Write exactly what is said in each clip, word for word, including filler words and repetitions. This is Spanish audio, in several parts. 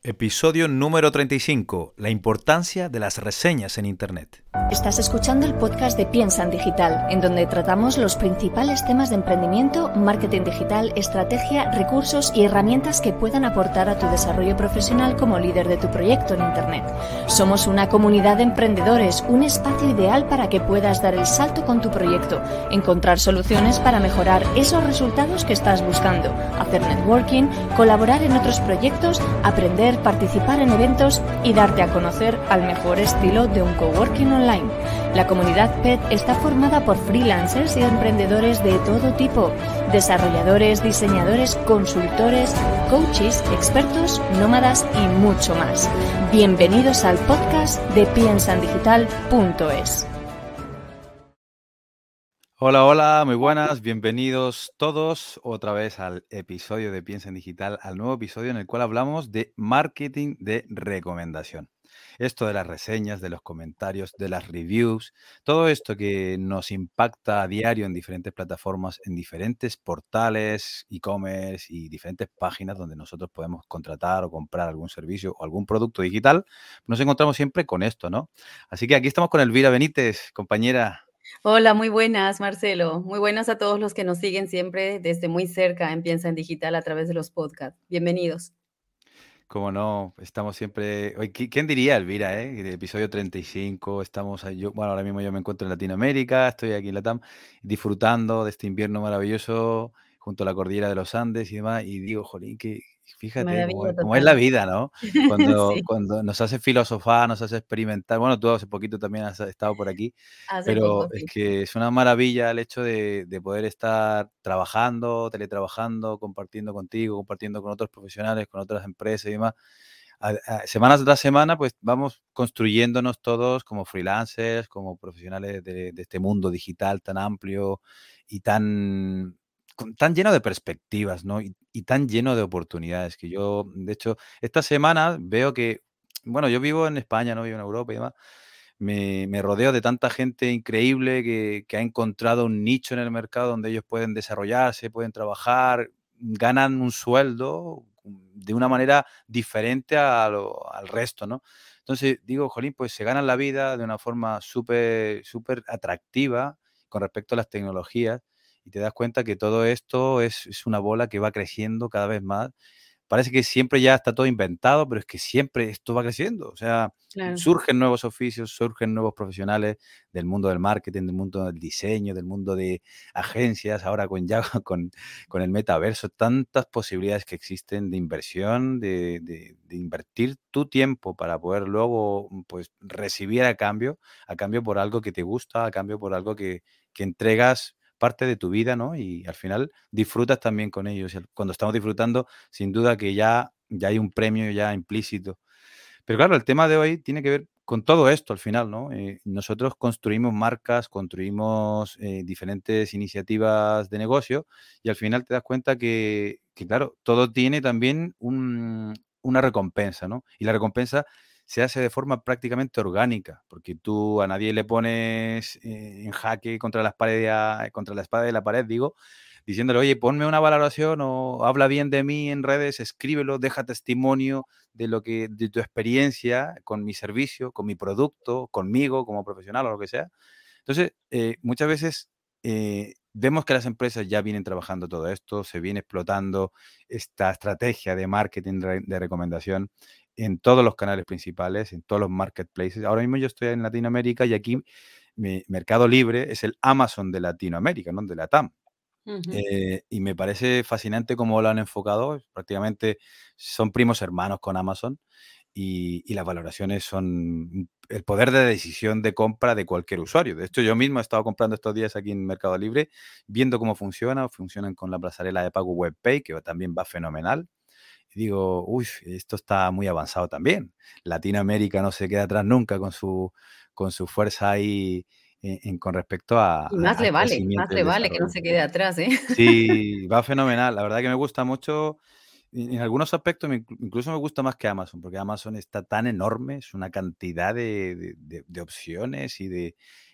Episodio número treinta y cinco. La importancia de las reseñas en Internet. Estás escuchando el podcast de Piensa en Digital, en donde tratamos los principales temas de emprendimiento, marketing digital, estrategia, recursos y herramientas que puedan aportar a tu desarrollo profesional como líder de tu proyecto en Internet. Somos una comunidad de emprendedores, un espacio ideal para que puedas dar el salto con tu proyecto, encontrar soluciones para mejorar esos resultados que estás buscando, hacer networking, colaborar en otros proyectos, aprender, participar en eventos y darte a conocer al mejor estilo de un coworking online. La comunidad P E T está formada por freelancers y emprendedores de todo tipo, desarrolladores, diseñadores, consultores, coaches, expertos, nómadas y mucho más. Bienvenidos al podcast de piensa en digital punto es. Hola, hola, muy buenas, bienvenidos todos otra vez al episodio de Piensa en Digital, al nuevo episodio en el cual hablamos de marketing de recomendación. Esto de las reseñas, de los comentarios, de las reviews, todo esto que nos impacta a diario en diferentes plataformas, en diferentes portales, e-commerce y diferentes páginas donde nosotros podemos contratar o comprar algún servicio o algún producto digital, nos encontramos siempre con esto, ¿no? Así que aquí estamos con Elvira Benítez, compañera. Hola, muy buenas, Marcelo. Muy buenas a todos los que nos siguen siempre desde muy cerca en Piensa en Digital a través de los podcasts. Bienvenidos. Como no, estamos siempre. Oye, ¿qui- ¿quién diría, Elvira, eh? El episodio treinta y cinco, estamos ahí- yo, bueno, ahora mismo yo me encuentro en Latinoamérica, estoy aquí en Latam, disfrutando de este invierno maravilloso junto a la cordillera de los Andes y demás, y digo, jolín, que fíjate cómo Maravilla es, cómo es la total. vida, ¿no? Cuando, Sí, cuando nos hace filosofar, nos hace experimentar. Bueno, tú hace poquito también has estado por aquí. hace poco, Pero es sí. que es una maravilla el hecho de, de poder estar trabajando, teletrabajando, compartiendo contigo, compartiendo con otros profesionales, con otras empresas y demás. A- a- semana tras semana, pues vamos construyéndonos todos como freelancers, como profesionales de, de este mundo digital tan amplio y tan, con- tan lleno de perspectivas, ¿no? Y, y tan lleno de oportunidades que yo, de hecho, esta semana veo que, bueno, yo vivo en España, no vivo en Europa y demás, me, me rodeo de tanta gente increíble que, que ha encontrado un nicho en el mercado donde ellos pueden desarrollarse, pueden trabajar, ganan un sueldo de una manera diferente a lo- al resto, ¿no? Entonces digo, jolín, pues se ganan la vida de una forma súper, súper atractiva con respecto a las tecnologías y te das cuenta que todo esto es, es una bola que va creciendo cada vez más. Parece que siempre ya está todo inventado, pero es que siempre esto va creciendo. O sea, Claro. surgen nuevos oficios, surgen nuevos profesionales del mundo del marketing, del mundo del diseño, del mundo de agencias, ahora con ya con, con el metaverso, tantas posibilidades que existen de inversión, de, de- de invertir tu tiempo para poder luego pues recibir a cambio, a cambio por algo que te gusta, a cambio por algo que, que entregas parte de tu vida, ¿no? Y al final disfrutas también con ellos. Y al- Cuando estamos disfrutando, sin duda que ya, ya hay un premio ya implícito. Pero claro, el tema de hoy tiene que ver con todo esto al final, ¿no? Eh, nosotros construimos marcas, construimos eh, diferentes iniciativas de negocio y al final te das cuenta que, que, claro, todo tiene también un- una recompensa, ¿no? Y la recompensa se hace de forma prácticamente orgánica, porque tú a nadie le pones eh, en jaque contra la espada, contra la espada de la pared, digo, diciéndole, oye, ponme una valoración o habla bien de mí en redes, escríbelo, deja testimonio de lo que, de tu experiencia con mi servicio, con mi producto, conmigo como profesional o lo que sea. Entonces, eh, muchas veces eh, vemos que las empresas ya vienen trabajando todo esto, se viene explotando esta estrategia de marketing de, de recomendación en todos los canales principales, en todos los marketplaces. Ahora mismo yo estoy en Latinoamérica y aquí mi Mercado Libre es el Amazon de Latinoamérica, ¿no? De la T A M. Ujú. Eh, y me parece fascinante cómo lo han enfocado. Prácticamente son primos hermanos con Amazon y, y las valoraciones son el poder de decisión de compra de cualquier usuario. De hecho, yo mismo he estado comprando estos días aquí en Mercado Libre, viendo cómo funciona. Funcionan con la pasarela de pago WebPay, que también va fenomenal. Y digo, uy, esto está muy avanzado también. Latinoamérica no se queda atrás nunca con su, con su fuerza ahí en, en- con respecto a- Y más a- al le vale, más crecimiento y el le vale que no desarrollo. se quede atrás, ¿eh? Sí, va fenomenal. La verdad que me gusta mucho. En en algunos aspectos me inclu- incluso me gusta más que Amazon, porque Amazon está tan enorme, es una cantidad de, de- de- de opciones y de,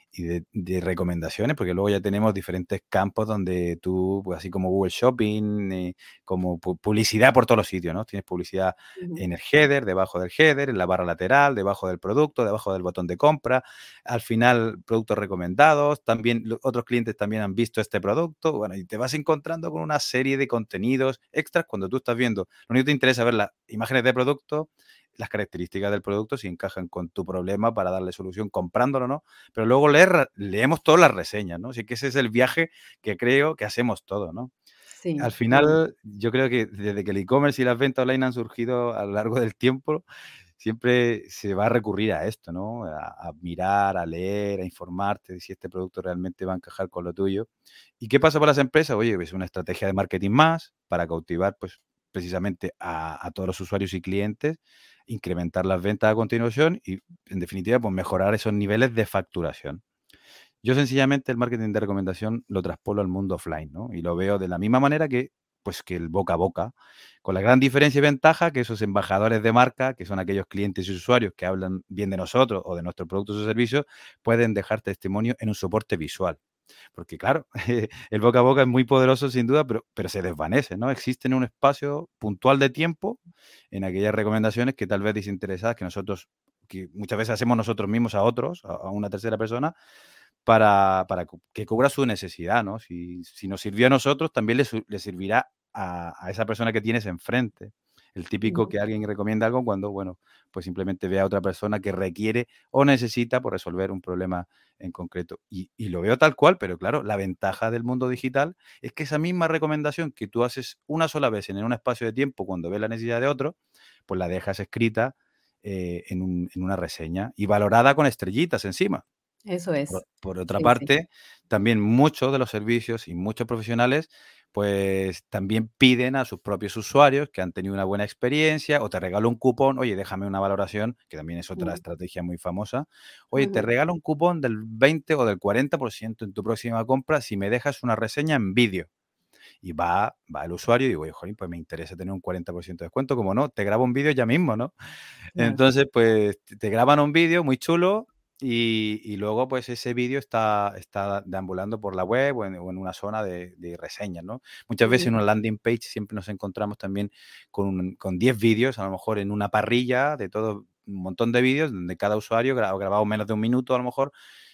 y de, de recomendaciones, porque luego ya tenemos diferentes campos donde tú, pues así como Google Shopping, eh, como pu- publicidad por todos los sitios, ¿no? Tienes publicidad Ujú. en el header, debajo del header, en la barra lateral, debajo del producto, debajo del botón de compra, al final productos recomendados, también lo- otros clientes también han visto este producto, bueno, y te vas encontrando con una serie de contenidos extras cuando tú estás viendo. Lo único que te interesa es ver las imágenes de producto, las características del producto, si encajan con tu problema para darle solución comprándolo o no, pero luego leer, leemos todas las reseñas, ¿no? Así que ese es el viaje que creo que hacemos todos, ¿no? Al Sí, sí, final, yo creo que desde que el e-commerce y las ventas online han surgido a lo largo del tiempo, siempre se va a recurrir a esto, ¿no? A, a mirar, a leer, a informarte de si este producto realmente va a encajar con lo tuyo. ¿Y qué pasa para las empresas? Oye, es una estrategia de marketing más para cautivar, pues, precisamente a, a todos los usuarios y clientes, incrementar las ventas a continuación y, en definitiva, pues mejorar esos niveles de facturación. Yo sencillamente el marketing de recomendación lo traspolo al mundo offline, ¿no? Y lo veo de la misma manera que, pues, que el boca a boca, con la gran diferencia y ventaja que esos embajadores de marca, que son aquellos clientes y usuarios que hablan bien de nosotros o de nuestros productos o servicios, pueden dejar testimonio en un soporte visual. Porque claro, el boca a boca es muy poderoso sin duda, pero, pero se desvanece, ¿no? Existe en un espacio puntual de tiempo en aquellas recomendaciones que tal vez desinteresadas que nosotros, que muchas veces hacemos nosotros mismos a otros, a, a una tercera persona, para, para cu- que cubra su necesidad, ¿no? Si, si nos sirvió a nosotros, también le, su- le servirá a, a esa persona que tienes enfrente. El típico ujú, que alguien recomienda algo cuando, bueno, pues simplemente ve a otra persona que requiere o necesita por resolver un problema en concreto. Y, y lo veo tal cual, pero claro, la ventaja del mundo digital es que esa misma recomendación que tú haces una sola vez en un espacio de tiempo cuando ves la necesidad de otro, pues la dejas escrita eh, en un- en una reseña y valorada con estrellitas encima. eso Por es. por otra Sí, sí. parte, también muchos de los servicios y muchos profesionales, pues también piden a sus propios usuarios que han tenido una buena experiencia o te regalo un cupón, oye, déjame una valoración, que también es otra Mm, estrategia muy famosa. Oye, te ujú, regalo un cupón del veinte o del cuarenta por ciento en tu próxima compra si me dejas una reseña en vídeo. Y va, va el usuario y digo, oye, jolín, pues me interesa tener un cuarenta por ciento de descuento, como no, te grabo un vídeo ya mismo, ¿no? claro. Entonces, pues te te graban un vídeo muy chulo y, y luego pues ese vídeo está, está deambulando por la web o en, o en una zona de, de reseñas, ¿no? Muchas veces Ujú, en una landing page siempre nos encontramos también con, un- con diez vídeos, a lo mejor en una parrilla de todo un montón de vídeos donde cada usuario gra- grabado menos de un minuto a lo mejor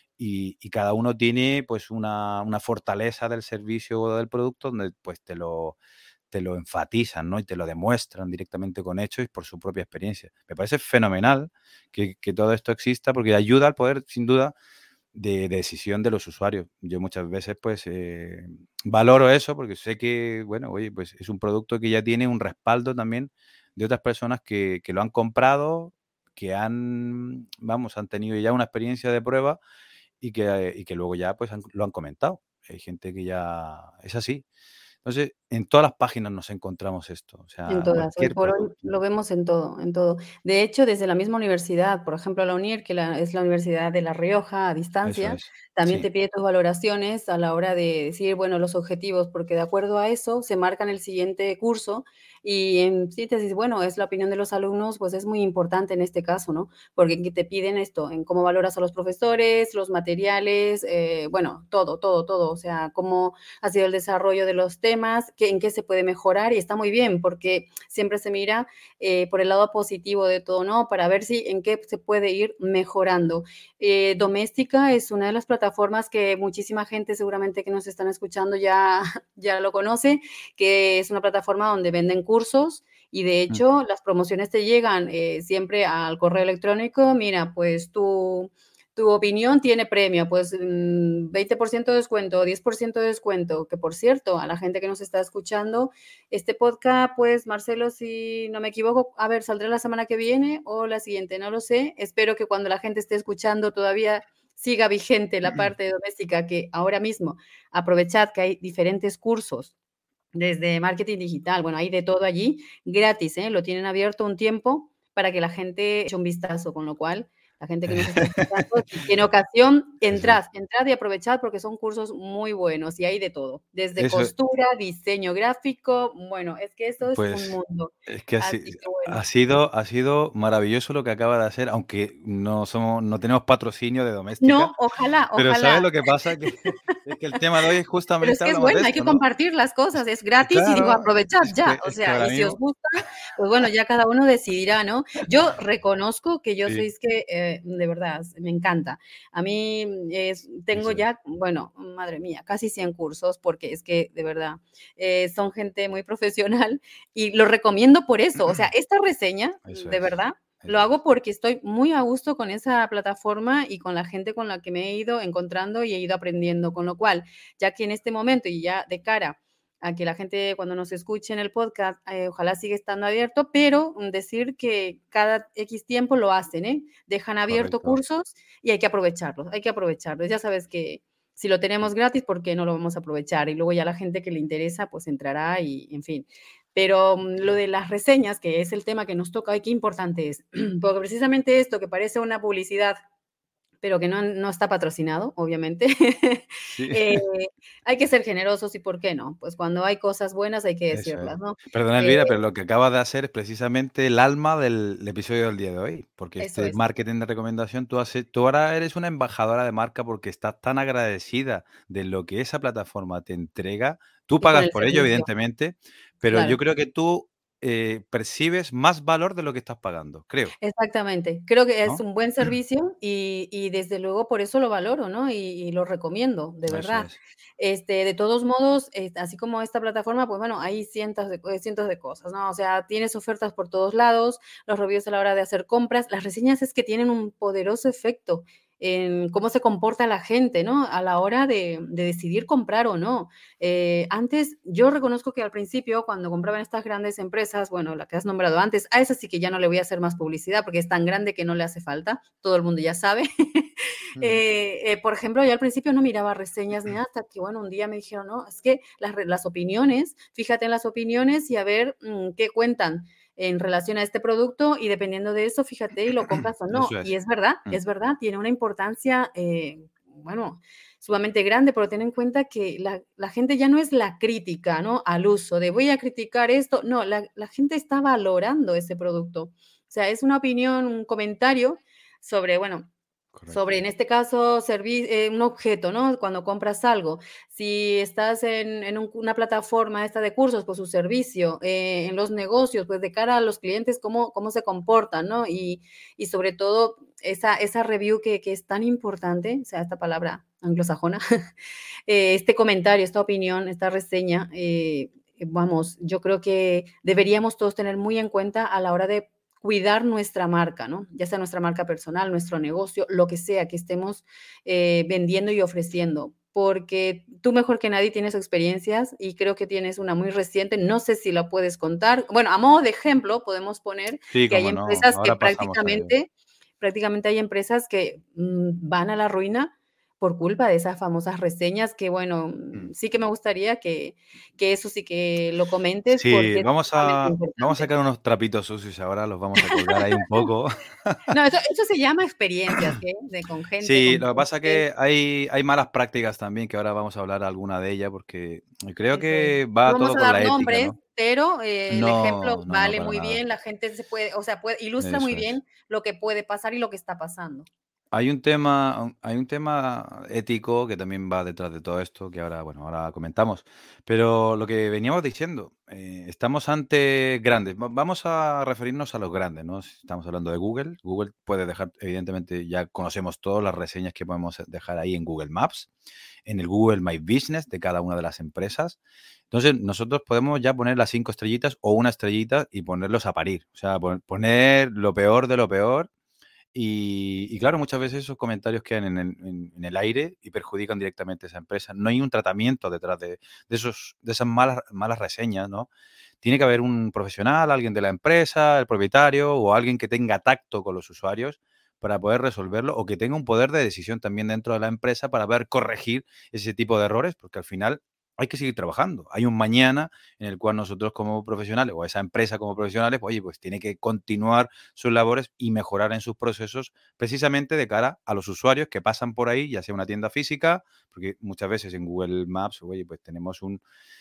y, y cada uno tiene pues una, una fortaleza del servicio o del producto donde pues te lo, te lo enfatizan, ¿no? Y te lo demuestran directamente con hechos y por su propia experiencia. Me parece fenomenal que, que todo esto exista porque ayuda al poder, sin duda, de, de decisión de los usuarios. Yo muchas veces, pues, eh, valoro eso porque sé que, bueno, oye, pues es un producto que ya tiene un respaldo también de otras personas que, que lo han comprado, que han, vamos, han tenido ya una experiencia de prueba y que, y que luego ya, pues, han- lo han comentado. Hay gente que ya es así. Entonces, en todas las páginas nos encontramos esto, o en sea, todas, hoy cualquier por hoy producto. lo vemos en todo, en todo. De hecho, desde la misma universidad, por ejemplo, la UNIR, que la es la Universidad de La Rioja a Eso distancia, es. también Sí. te pide tus valoraciones a la hora de decir, bueno, los objetivos, porque de acuerdo a eso se marcan el siguiente curso y en síntesis, bueno, es la opinión de los alumnos, pues es muy importante en este caso, ¿no? Porque aquí te piden esto, en cómo valoras a los profesores, los materiales, eh, bueno, todo, todo, todo, o sea, cómo ha sido el desarrollo de los temas, qué, en qué se puede mejorar y está muy bien porque siempre se mira eh, por el lado positivo de todo, ¿no? Para ver si en qué se puede ir mejorando. Eh, Doméstica es una de las plataformas que muchísima gente seguramente que nos están escuchando ya, ya lo conoce, que es una plataforma donde venden cursos y de Mm. hecho las promociones te llegan eh, siempre al correo electrónico, mira, pues tú tu opinión tiene premio, pues mm, veinte por ciento de descuento, diez por ciento de descuento, que por cierto, a la gente que nos está escuchando, este podcast, pues Marcelo, si no me equivoco, a ver, saldrá la semana que viene o la siguiente, no lo sé. Espero que cuando la gente esté escuchando todavía siga vigente la parte doméstica, que ahora mismo aprovechad que hay diferentes cursos desde marketing digital, bueno, hay de todo allí, gratis, ¿eh? Lo tienen abierto un tiempo para que la gente eche un vistazo, con lo cual la gente que nos está escuchando, si tiene ocasión, Eso es. entrad, entrad y aprovechad porque son cursos muy buenos y hay de todo, desde Eso costura, diseño gráfico, bueno, es que eso es un Pues, mundo. es que ha si Así que bueno. ha sido ha sido maravilloso lo que acabas de hacer, aunque no somos no tenemos patrocinio de Doméstica, No, ojalá, pero, ¿sabes ojalá. lo que pasa? Que es que el tema de hoy Pero es justamente que es hablamos de bueno, hay que esto, ¿no? compartir las cosas, es Es gratis y digo, claro, aprovechad es ya, que o es que sea, ahora y si os mismo gusta, pues bueno, ya cada uno decidirá, ¿no? Yo reconozco que yo Sí. sois que, eh, de verdad, me encanta. A mí es tengo Eso es. ya, bueno, madre mía, casi cien cursos, porque es que, de verdad, eh, son gente muy profesional y lo recomiendo por eso. O sea, esta reseña, Eso de es, verdad, lo eso es. hago porque estoy muy a gusto con esa plataforma y con la gente con la que me he ido encontrando y he ido aprendiendo. Con lo cual, ya que en este momento y ya de cara a que la gente cuando nos escuche en el podcast, eh, ojalá siga estando abierto, pero decir que cada X tiempo lo hacen, ¿eh? Dejan abierto Correcto. cursos y hay que aprovecharlos, hay que aprovecharlos. Ya sabes que si lo tenemos gratis, ¿por qué no lo vamos a aprovechar? Y luego ya la gente que le interesa, pues entrará y, en fin. Pero lo de las reseñas, que es el tema que nos toca hoy, qué importante es, porque precisamente esto que parece una publicidad, pero que no no está patrocinado, obviamente, Sí. eh, hay que ser generosos y, ¿por qué no? Pues cuando hay cosas buenas hay que Eso es. decirlas, ¿no? Perdona, Eh Elvira, pero lo que acabas de hacer es precisamente el alma del episodio del día de hoy, porque Eso este es. marketing de recomendación, tú has he tú ahora eres una embajadora de marca porque estás tan agradecida de lo que esa plataforma te entrega. Tú Y con pagas el por ello, servicio. evidentemente, pero yo Claro. creo que tú, eh, percibes más valor de lo que estás pagando, creo. Exactamente. Creo que es ¿No? un buen servicio y y desde luego por eso lo valoro, ¿no? Y y lo recomiendo, de Eso verdad. es. Este, de todos modos, eh, así como esta plataforma, pues bueno, hay cientos de co cientos de cosas, ¿no? O sea, tienes ofertas por todos lados, los reviews a la hora de hacer compras, las reseñas es que tienen un poderoso efecto en cómo se comporta la gente, ¿no? A la hora de de decidir comprar o no. Eh, antes, yo reconozco que al principio, cuando compraba en estas grandes empresas, bueno, la que has nombrado antes, a esa sí que ya no le voy a hacer más publicidad porque es tan grande que no le hace falta, todo el mundo ya sabe. Ujú. Eh eh, por ejemplo, yo al principio no miraba reseñas ni nada, hasta que, bueno, un día me dijeron: "No, es que las re las opiniones, fíjate en las opiniones y a ver, mm, qué cuentan en relación a este producto y dependiendo de eso, fíjate y lo compras o no". Eso Y es. es verdad, Mm. es verdad, tiene una importancia, eh, bueno, sumamente grande, pero ten en cuenta que la la gente ya no es la crítica, ¿no? Al uso de voy a criticar esto, no, la la gente está valorando ese producto. O sea, es una opinión, un comentario sobre, bueno, sobre, Correcto. en este caso, servi eh, un objeto, ¿no? Cuando compras algo. Si estás en en un una plataforma esta de cursos, pues su servicio, eh, en los negocios, pues de cara a los clientes, cómo cómo se comportan, ¿no? Y y sobre todo esa esa review que que es tan importante, o sea, esta palabra anglosajona, eh, este comentario, esta opinión, esta reseña, eh, vamos, yo creo que deberíamos todos tener muy en cuenta a la hora de cuidar nuestra marca, ¿no? Ya sea nuestra marca personal, nuestro negocio, lo que sea que estemos, eh, vendiendo y ofreciendo, porque tú mejor que nadie tienes experiencias y creo que tienes una muy reciente, no sé si la puedes contar. Bueno, a modo de ejemplo, podemos poner Sí, que hay cómo no, empresas que ahora pasamos a ello. prácticamente prácticamente hay empresas que, mm, van a la ruina por culpa de esas famosas reseñas que, bueno, Mm. mm, sí que me gustaría que que eso sí que lo comentes Sí, porque es vamos sumamente a vamos a importante. sacar unos trapitos sucios ahora, los vamos a colgar ahí un poco. No, eso eso se llama experiencias, ¿eh? De con gente, Sí, con lo que pasa clientes. que hay hay malas prácticas también, que ahora vamos a hablar alguna de ellas, porque creo Eso es. que No va vamos todo a con dar la ética, nombres, ¿no? pero, eh, el ejemplo No, no, no, vale para muy nada. bien, la gente se puede, o sea, puede ilustra muy Eso es. bien lo que puede pasar y lo que está pasando. Hay un tema hay un tema ético que también va detrás de todo esto, que ahora, bueno, ahora comentamos. Pero lo que veníamos diciendo, eh, estamos ante grandes. Va vamos a referirnos a los grandes, ¿no? Si estamos hablando de Google. Google puede dejar, evidentemente, ya conocemos todas las reseñas que podemos dejar ahí en Google Maps, en el Google My Business de cada una de las empresas. Entonces, nosotros podemos ya poner las cinco estrellitas o una estrellita y ponerlos a parir. O sea, pon poner lo peor de lo peor. Y y claro, muchas veces esos comentarios quedan en el en en el aire y perjudican directamente a esa empresa. No hay un tratamiento detrás de de esos de esas malas malas reseñas, ¿no? Tiene que haber un profesional, alguien de la empresa, el propietario o alguien que tenga tacto con los usuarios para poder resolverlo o que tenga un poder de decisión también dentro de la empresa para poder corregir ese tipo de errores, porque al final hay que seguir trabajando. Hay un mañana en el cual nosotros como profesionales o esa empresa como profesionales, oye, pues tiene que continuar sus labores y mejorar en sus procesos precisamente de cara a los usuarios que pasan por ahí, ya sea una tienda física, porque muchas veces en Google Maps, oye, pues tenemos un,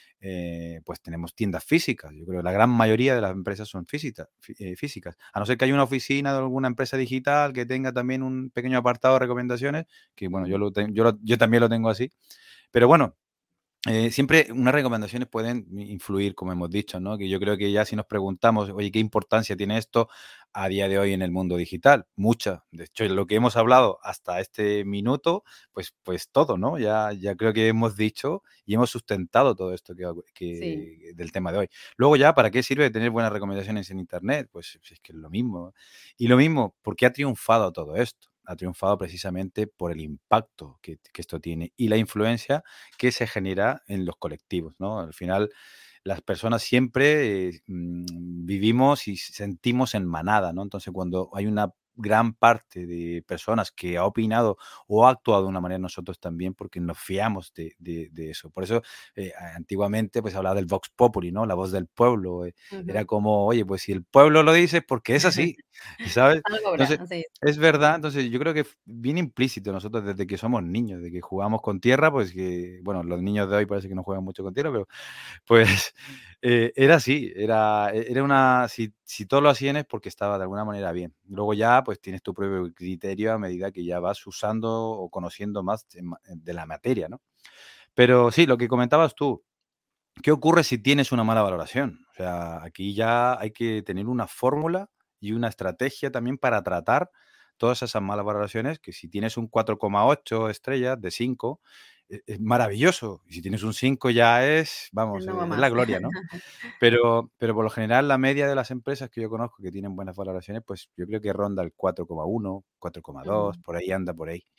eh, pues tenemos tiendas físicas. Yo creo que la gran mayoría de las empresas son física- fí- eh, físicas. A no ser que haya una oficina de alguna empresa digital que tenga también un pequeño apartado de recomendaciones, que bueno, yo, Ujú. lo ten- yo, lo- yo también lo tengo así. Pero bueno, eh, siempre unas recomendaciones pueden influir, como hemos dicho, ¿no? Que yo creo que ya si nos preguntamos, oye, ¿qué importancia tiene esto a día de hoy en el mundo digital? Mucha. De hecho, lo que hemos hablado hasta este minuto, pues, pues todo, ¿no? Ya, ya creo que hemos dicho y hemos sustentado todo esto que, Sí. que- del tema de hoy. Luego ya, ¿para qué sirve tener buenas recomendaciones en Internet? Pues es que es lo mismo. Y lo mismo, ¿por qué ha triunfado todo esto? Ha triunfado precisamente por el impacto que, que esto tiene y la influencia que se genera en los colectivos, ¿no? Al final, las personas siempre eh, mm, vivimos y sentimos en manada, ¿no? Entonces, cuando hay una gran parte de personas que ha opinado o ha actuado de una manera, nosotros también, porque nos fiamos de, de- de eso. Por eso, eh, a- antiguamente, pues hablaba del Vox Populi, ¿no? La voz del pueblo. eh, Era Ujú. como, oye, pues si el pueblo lo dice, es porque es así, ¿sabes? Algo habrá, Entonces, sí. es verdad, entonces yo creo que f- viene implícito nosotros desde que somos niños, de que jugamos con tierra, pues que, bueno, los niños de hoy parece que no juegan mucho con tierra, pero pues eh, era así, era, e- era una, si, si todo lo hacían es porque estaba de alguna manera bien. Luego ya pues tienes tu propio criterio a medida que ya vas usando o conociendo más de, ma- de la materia, ¿no? Pero sí, lo que comentabas tú, ¿qué ocurre si tienes una mala valoración? O sea, aquí ya hay que tener una fórmula y una estrategia también para tratar todas esas malas valoraciones, que si tienes un cuatro coma ocho estrellas de cinco, e es maravilloso. Y si tienes un cinco ya es, vamos, No va eh, es la más. gloria, ¿no? Pero pero por lo general, la media de las empresas que yo conozco que tienen buenas valoraciones, pues yo creo que ronda el cuatro coma uno, cuatro coma dos, Mm, por ahí anda, por ahí.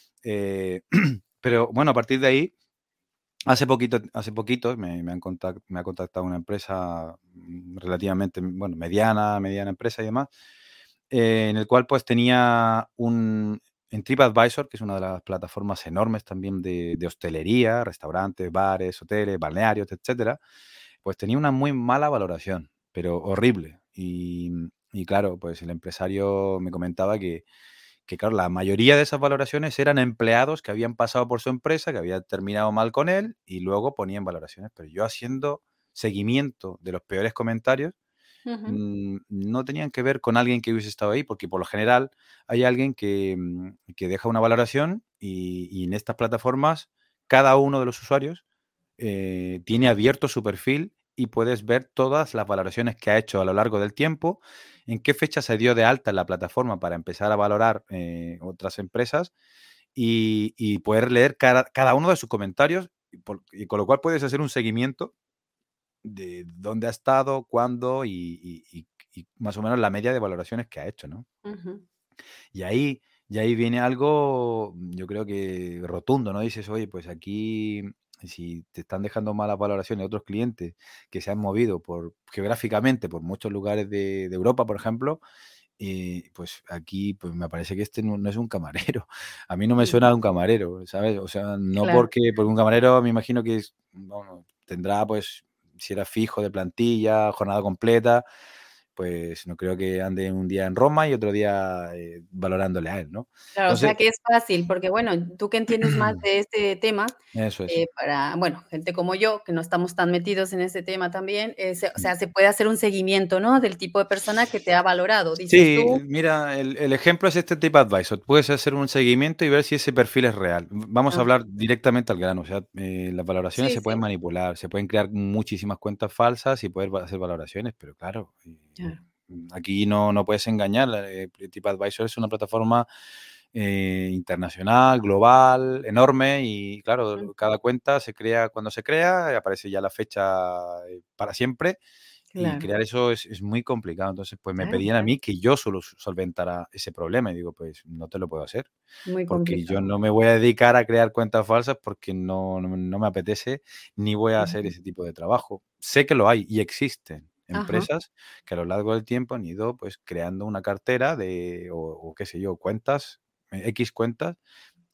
Eh, pero bueno, a partir de ahí Hace poquito hace poquito me me han contac me ha contactado una empresa, mm, relativamente, mm, bueno, mediana mediana empresa y demás, eh, en el cual, pues, tenía un en TripAdvisor, que es una de las plataformas enormes también de de hostelería, restaurantes, bares, hoteles, balnearios, etcétera, pues, tenía una muy mala valoración, pero horrible. Y, mm, y claro, pues, el empresario me comentaba que que claro, la mayoría de esas valoraciones eran empleados que habían pasado por su empresa, que habían terminado mal con él y luego ponían valoraciones. Pero yo haciendo seguimiento de los peores comentarios, ujú. mm, no tenían que ver con alguien que hubiese estado ahí, porque por lo general hay alguien que, mm, que deja una valoración y, y en estas plataformas cada uno de los usuarios eh, tiene abierto su perfil y puedes ver todas las valoraciones que ha hecho a lo largo del tiempo, en qué fecha se dio de alta en la plataforma para empezar a valorar eh, otras empresas y, y poder leer cada, cada uno de sus comentarios, y, por- y con lo cual puedes hacer un seguimiento de dónde ha estado, cuándo y, y- y- y más o menos la media de valoraciones que ha hecho, ¿no? Ujú. Y ahí y ahí viene algo, mm, yo creo que rotundo, ¿no? Dices: "Oye, pues aquí, si te están dejando malas valoraciones otros clientes que se han movido por geográficamente por muchos lugares de de Europa", por ejemplo, eh, pues aquí, pues me parece que este no no es un camarero. A mí no me suena Ujú. a un camarero, ¿sabes? O sea, no Claro. porque porque un camarero me imagino que es, bueno, tendrá, pues, si era fijo de plantilla, jornada completa, pues no creo que ande un día en Roma y otro día, eh, valorándole a él, ¿no? Claro, o Entonces sea que es fácil, porque bueno, tú que entiendes más de este tema, eso es. eh, para, bueno, gente como yo, que no estamos tan metidos en ese tema también, eh, se o Mm. sea, se puede hacer un seguimiento, ¿no? Del tipo de persona que te ha valorado, dices Sí, tú. mira, el el ejemplo es este TripAdvisor. Puedes hacer un seguimiento y ver si ese perfil es real. V vamos a Ajá. hablar directamente al grano, o sea, eh, las valoraciones Sí, se pueden sí, manipular, se pueden crear muchísimas cuentas falsas y poder va hacer valoraciones, pero claro, eh, claro. mm, aquí no no puedes engañar, eh, TripAdvisor es una plataforma, eh, internacional, global, enorme y Mm, claro, cada cuenta se crea cuando se crea, aparece ya la fecha, eh, para siempre. Y claro, crear eso es es muy complicado. Entonces, pues, me claro, pedían a claro. mí que yo solo s solventara ese problema, y digo: "Pues, no te lo puedo hacer, Muy porque yo complicado. no me voy a dedicar a crear cuentas falsas porque no no no me apetece, ni voy a hacer Ujú. ese tipo de trabajo". Sé que lo hay y existen Ajá. empresas que a lo largo del tiempo han ido, pues, creando una cartera de o o qué sé yo, cuentas, eh, equis cuentas,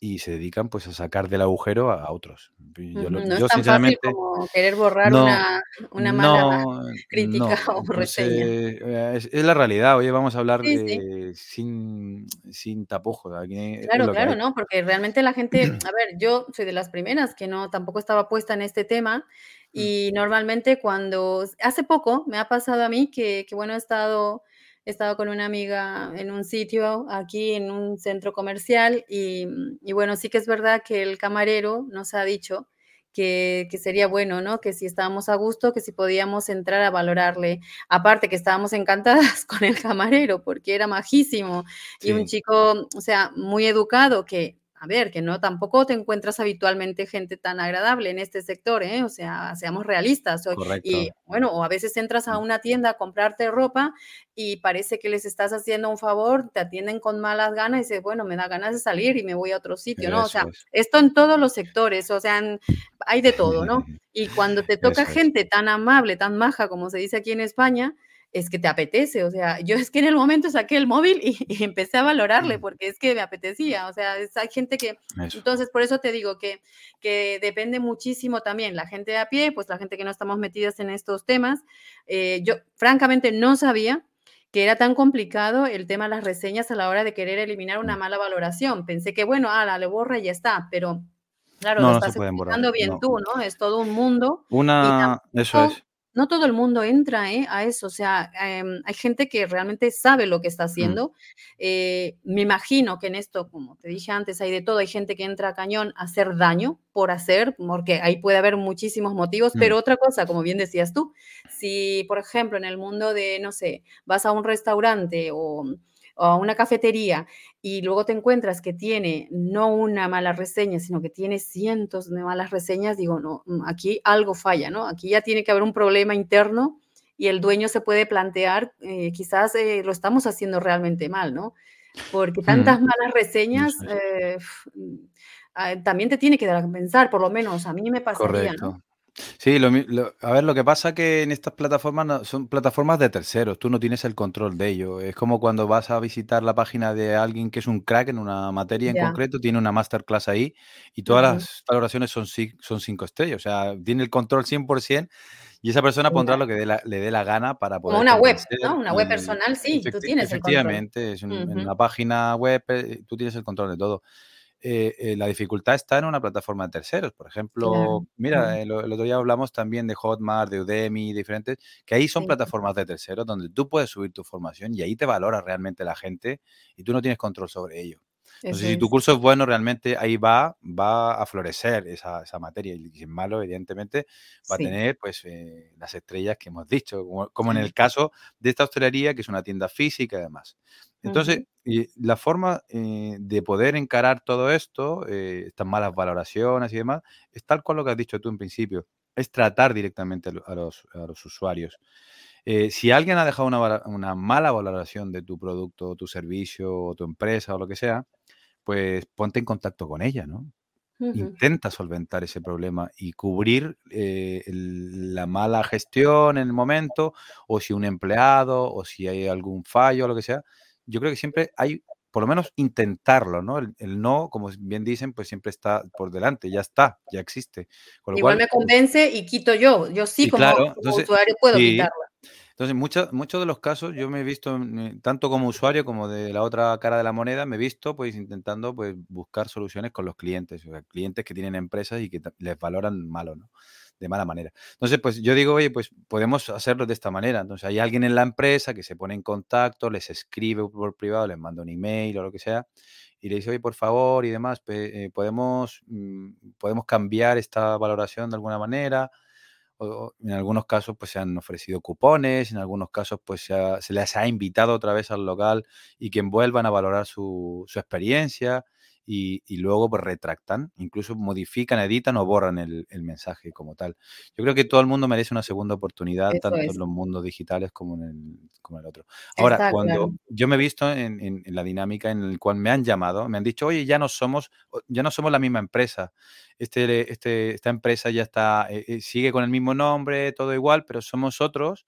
y se dedican, pues, a sacar del agujero a a otros. Y yo Ujú, lo no es yo tan fácil sinceramente como querer borrar no una una mala no crítica no, o reseña. entonces, eh, es es la realidad. Oye, vamos a hablar, Sí, sí. eh, sin sin tapujos, aquí es Claro, lo que claro, hay. no, porque realmente la gente a ver, yo soy de las primeras que no tampoco estaba puesta en este tema, Mm, y normalmente cuando hace poco me ha pasado a mí que que, bueno, he estado he estado con una amiga en un sitio aquí en un centro comercial y, mm, y bueno, sí que es verdad que el camarero nos ha dicho que que sería bueno, ¿no? Que si estábamos a gusto, que si podíamos entrar a valorarle. Aparte que estábamos encantadas con el camarero porque era majísimo y un sí, chico, o sea, muy educado que, a ver, que no tampoco te encuentras habitualmente gente tan agradable en este sector, ¿eh? O sea, seamos realistas. O y correcto. bueno, o a veces entras a Mm, una tienda a comprarte ropa y parece que les estás haciendo un favor, te atienden con malas ganas y dices: "Bueno, me da ganas de salir y me voy a otro sitio", ¿no? O eso sea, es. esto en todos los sectores, o sea, en hay de todo, ¿no? Y cuando te toca Eso es. gente tan amable, tan maja, como se dice aquí en España, es que te apetece, o sea, yo es que en el momento saqué el móvil y y empecé a valorarle, Mm, porque es que me apetecía, o sea, es hay gente que eso. entonces, por eso te digo que que depende muchísimo también la gente de a pie, pues la gente que no estamos metidas en estos temas. Eh, yo francamente no sabía que era tan complicado el tema de las reseñas a la hora de querer eliminar una Mm. mala valoración. Pensé que, bueno, ala, le borra y ya está, pero claro, lo No, no se estás pueden borrar, explicando bien no. tú, ¿no? Es todo un mundo y Una eso tampoco es. no todo el mundo entra, ¿eh?, a eso. O sea, em, hay gente que realmente sabe lo que está Mm, haciendo. Eh, me imagino que en esto, como te dije antes, hay de todo. Hay gente que entra a cañón a hacer daño por hacer, porque ahí puede haber muchísimos motivos. mm, Pero otra cosa, como bien decías tú, si, por ejemplo, en el mundo de, no sé, vas a un restaurante o o a una cafetería y luego te encuentras que tiene no una mala reseña, sino que tiene cientos de malas reseñas, digo, no, mm, aquí algo falla, ¿no? Aquí ya tiene que haber un problema interno y el dueño se puede plantear, eh, quizás, eh, lo estamos haciendo realmente mal, ¿no? Porque mm, tantas malas reseñas, eso es. eh, mm, ah, también te tiene que dar a pensar, por lo menos a mí me pasaría, ¿no? Correcto. Sí, lo mi lo a ver, lo que pasa que en estas plataformas no son plataformas de terceros, tú no tienes el control de ello. Es como cuando vas a visitar la página de alguien que es un crack en una materia en Ya, concreto, tiene una masterclass ahí y todas ujú, las valoraciones son ci son cinco estrellas, o sea, tiene el control cien por ciento y esa persona pondrá ya. lo que dé la le dé la gana para Como poder una web, convencer ¿no? Una web y personal, sí, tú efecti tienes el control. efectivamente, es un en Ujú, una página web, eh, tú tienes el control de todo. Eh, eh, la dificultad está en una plataforma de terceros. Por claro, ejemplo, ujú, mira, el, el otro día hablamos también de Hotmart, de Udemy, diferentes, que ahí son sí, plataformas de terceros donde tú puedes subir tu formación y ahí te valora realmente la gente y tú no tienes control sobre ello. eso Entonces, si tu es. curso es bueno, realmente ahí va, va a florecer esa, esa materia y si es malo, evidentemente, va a Sí, tener pues eh, las estrellas que hemos dicho, como, como en el sí. caso de esta hostelería, que es una tienda física y demás. Entonces, Ujú, y la forma, eh, de poder encarar todo esto, eh, estas malas valoraciones y demás, es tal cual lo que has dicho tú en principio, es tratar directamente a lo a los a los usuarios. Eh, si alguien ha dejado una vala una mala valoración de tu producto, o tu servicio, o tu empresa, o lo que sea, pues ponte en contacto con ella, ¿no? ujú. Intenta solventar ese problema y cubrir, eh, el la mala gestión en el momento, o si un empleado, o si hay algún fallo, o lo que sea. Yo creo que siempre hay, por lo menos intentarlo, ¿no? El el no, como bien dicen, pues siempre está por delante, ya está, ya existe. Con lo Igual cual, me convence y quito yo. Yo sí, y como claro, como entonces usuario puedo sí. quitarla. Entonces, mucha muchos de los casos yo me he visto, mm, eh, tanto como usuario como de la otra cara de la moneda, me he visto, pues, intentando, pues, buscar soluciones con los clientes, o sea, clientes que tienen empresas y que ta les valoran malo, ¿no? De mala manera. Entonces, pues, yo digo: "Oye, pues, podemos hacerlo de esta manera". Entonces, hay alguien en la empresa que se pone en contacto, les escribe por privado, les manda un email o lo que sea, y le dice: "Oye, por favor", y demás, pe eh, "podemos, mm, podemos cambiar esta valoración de alguna manera". O o en algunos casos, pues, se han ofrecido cupones, en algunos casos, pues, se ha se les ha invitado otra vez al local y que vuelvan a valorar su su experiencia y y luego, pues, retractan, incluso modifican, editan o borran el el mensaje como tal. Yo creo que todo el mundo merece una segunda oportunidad, Eso tanto en es. los mundos digitales como en el como en el otro. Ahora, Está cuando claro. yo me he visto en en en la dinámica en el cual me han llamado, me han dicho: "Oye, ya no somos o ya no somos la misma empresa, este este esta empresa ya está, eh eh, sigue con el mismo nombre, todo igual, pero somos otros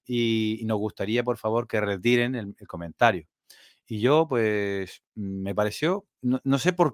y y nos gustaría, por favor, que retiren el el comentario". Y yo, pues, me pareció, no no sé por qué,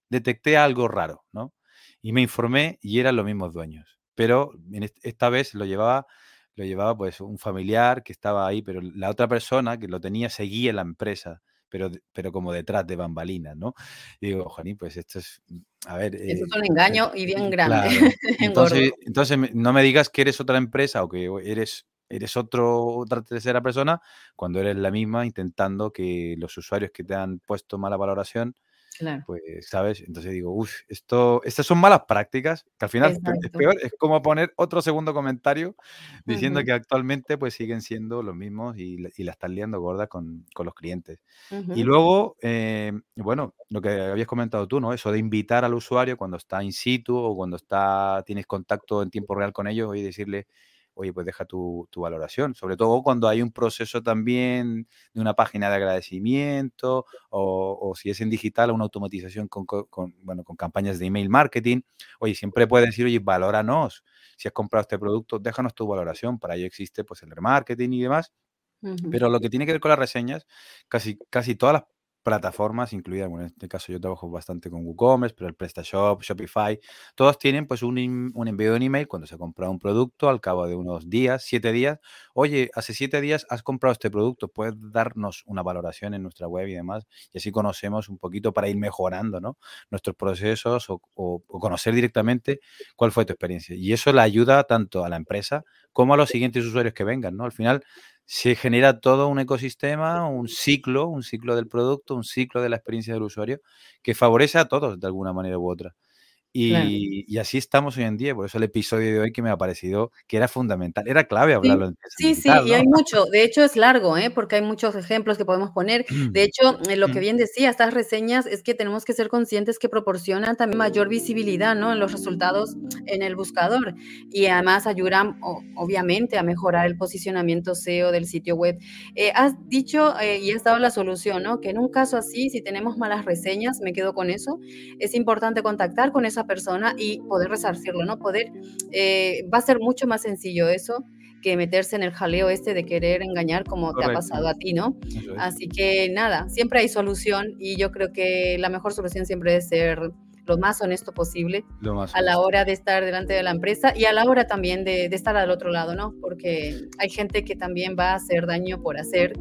detecté algo raro, ¿no? Y me informé y eran los mismos dueños. Pero en est- esta vez lo llevaba, lo llevaba pues un familiar que estaba ahí, pero la otra persona que lo tenía seguía la empresa, pero, de- pero como detrás de bambalinas, ¿no? Y digo, Juanín, pues esto es, a ver, Eso es eh, un eh, engaño y bien grande, claro. gordo. Entonces, entonces me- no me digas que eres otra empresa o que eres, eres otro, otra tercera persona cuando eres la misma intentando que los usuarios que te han puesto mala valoración Claro, pues, ¿sabes? Entonces digo, uff, esto, estas son malas prácticas, que al final pe- es exacto. peor, es como poner otro segundo comentario diciendo Ujú, que actualmente pues siguen siendo los mismos y, la- y la están liando gorda con, con los clientes. Y ujú. luego, eh, bueno, lo que habías comentado tú, ¿no? Eso de invitar al usuario cuando está in situ o cuando está, tienes contacto en tiempo real con ellos y decirle, oye, pues deja tu, tu valoración. Sobre todo cuando hay un proceso también de una página de agradecimiento o, o si es en digital, una automatización con, co- con, bueno, con campañas de email marketing. Oye, siempre puedes decir, oye, valóranos. Si has comprado este producto, déjanos tu valoración. Para ello existe pues el remarketing y demás. Ujú. Pero lo que tiene que ver con las reseñas, casi, casi todas las plataformas, incluidas, bueno, en este caso yo trabajo bastante con WooCommerce, pero el PrestaShop, Shopify, todos tienen pues un, im- un envío de un email cuando se compra un producto al cabo de unos días, siete días. Oye, hace siete días has comprado este producto, puedes darnos una valoración en nuestra web y demás, y así conocemos un poquito para ir mejorando, ¿no? Nuestros procesos o, o- o conocer directamente cuál fue tu experiencia. Y eso le ayuda tanto a la empresa como a los siguientes usuarios que vengan, ¿no? Al final se genera todo un ecosistema, un ciclo, un ciclo del producto, un ciclo de la experiencia del usuario que favorece a todos de alguna manera u otra. Claro. Y, y así estamos hoy en día, por eso el episodio de hoy que me ha parecido que era fundamental, era clave Sí, hablarlo en Piensa en sí, sí, Digital, y hay ¿no? mucho. De hecho, es largo, ¿eh? Porque hay muchos ejemplos que podemos poner. De hecho, eh, lo que Mm, bien decía, estas reseñas es que tenemos que ser conscientes que proporcionan también mayor visibilidad, ¿no? En los resultados en el buscador y además ayudan, o- obviamente, a mejorar el posicionamiento S E O del sitio web. Eh, has dicho eh, y has dado la solución, ¿no? Que en un caso así, si tenemos malas reseñas, me quedo con eso, es importante contactar con esa persona y poder resarcirlo, ¿no? Poder, eh, va a ser mucho más sencillo eso que meterse en el jaleo este de querer engañar como te ha pasado correcto, a ti, ¿no? eso es, Así que nada, siempre hay solución y yo creo que la mejor solución siempre es ser lo más honesto posible lo más a la honesto. hora de estar delante de la empresa y a la hora también de, de estar al otro lado, ¿no? Porque hay gente que también va a hacer daño por hacer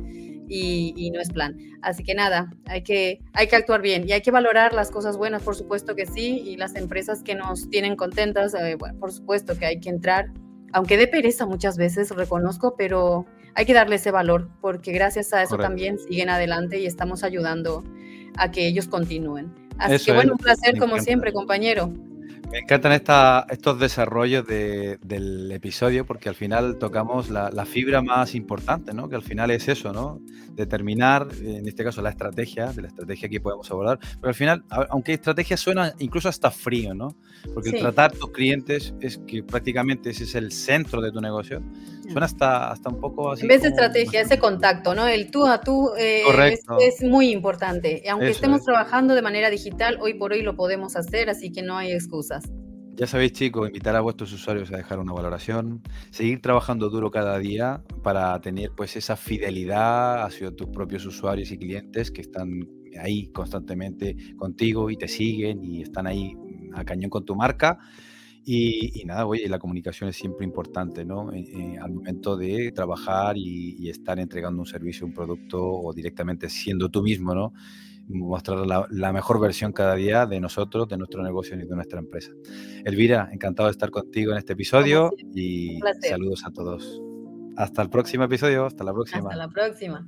y, y no es plan. Así que nada, hay que, hay que actuar bien y hay que valorar las cosas buenas, por supuesto que sí, y las empresas que nos tienen contentas, eh, bueno, por supuesto que hay que entrar, aunque dé pereza muchas veces, reconozco, pero hay que darle ese valor, porque gracias a eso Correcto. también siguen adelante y estamos ayudando a que ellos continúen. Así Eso que es, bueno, un placer me como encanta. siempre, compañero. Me encantan esta- estos desarrollos de- del episodio porque al final tocamos la, la fibra más importante, ¿no? Que al final es eso, ¿no? Determinar, en este caso, la estrategia, de la estrategia que podemos abordar. Pero al final, a- aunque estrategia suena incluso hasta frío, ¿no? Porque el Sí, tratar a tus clientes es que prácticamente ese es el centro de tu negocio. Suena hasta, hasta un poco en así vez de como estrategia, ese bastante contacto, ¿no? El tú a tú eh, es, correcto. es muy importante. Aunque Eso estemos es. trabajando de manera digital, hoy por hoy lo podemos hacer, así que no hay excusas. Ya sabéis, chicos, invitar a vuestros usuarios a dejar una valoración, seguir trabajando duro cada día para tener pues esa fidelidad hacia tus propios usuarios y clientes que están ahí constantemente contigo y te siguen y están ahí mm, a cañón con tu marca. Y, y nada, oye, la comunicación es siempre importante, ¿no? Eh, eh, al momento de trabajar y, y estar entregando un servicio, un producto o directamente siendo tú mismo, ¿no? Mostrar la, la mejor versión cada día de nosotros, de nuestro negocio y de nuestra empresa. Elvira, encantado de estar contigo en este Como episodio siempre, un y placer. saludos a todos. Hasta el próximo episodio, hasta la Hasta próxima. la próxima.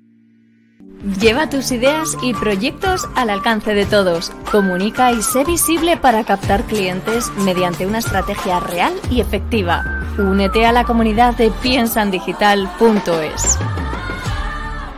Lleva tus ideas y proyectos al alcance de todos. Comunica y sé visible para captar clientes mediante una estrategia real y efectiva. Únete a la comunidad de piensa en digital punto es.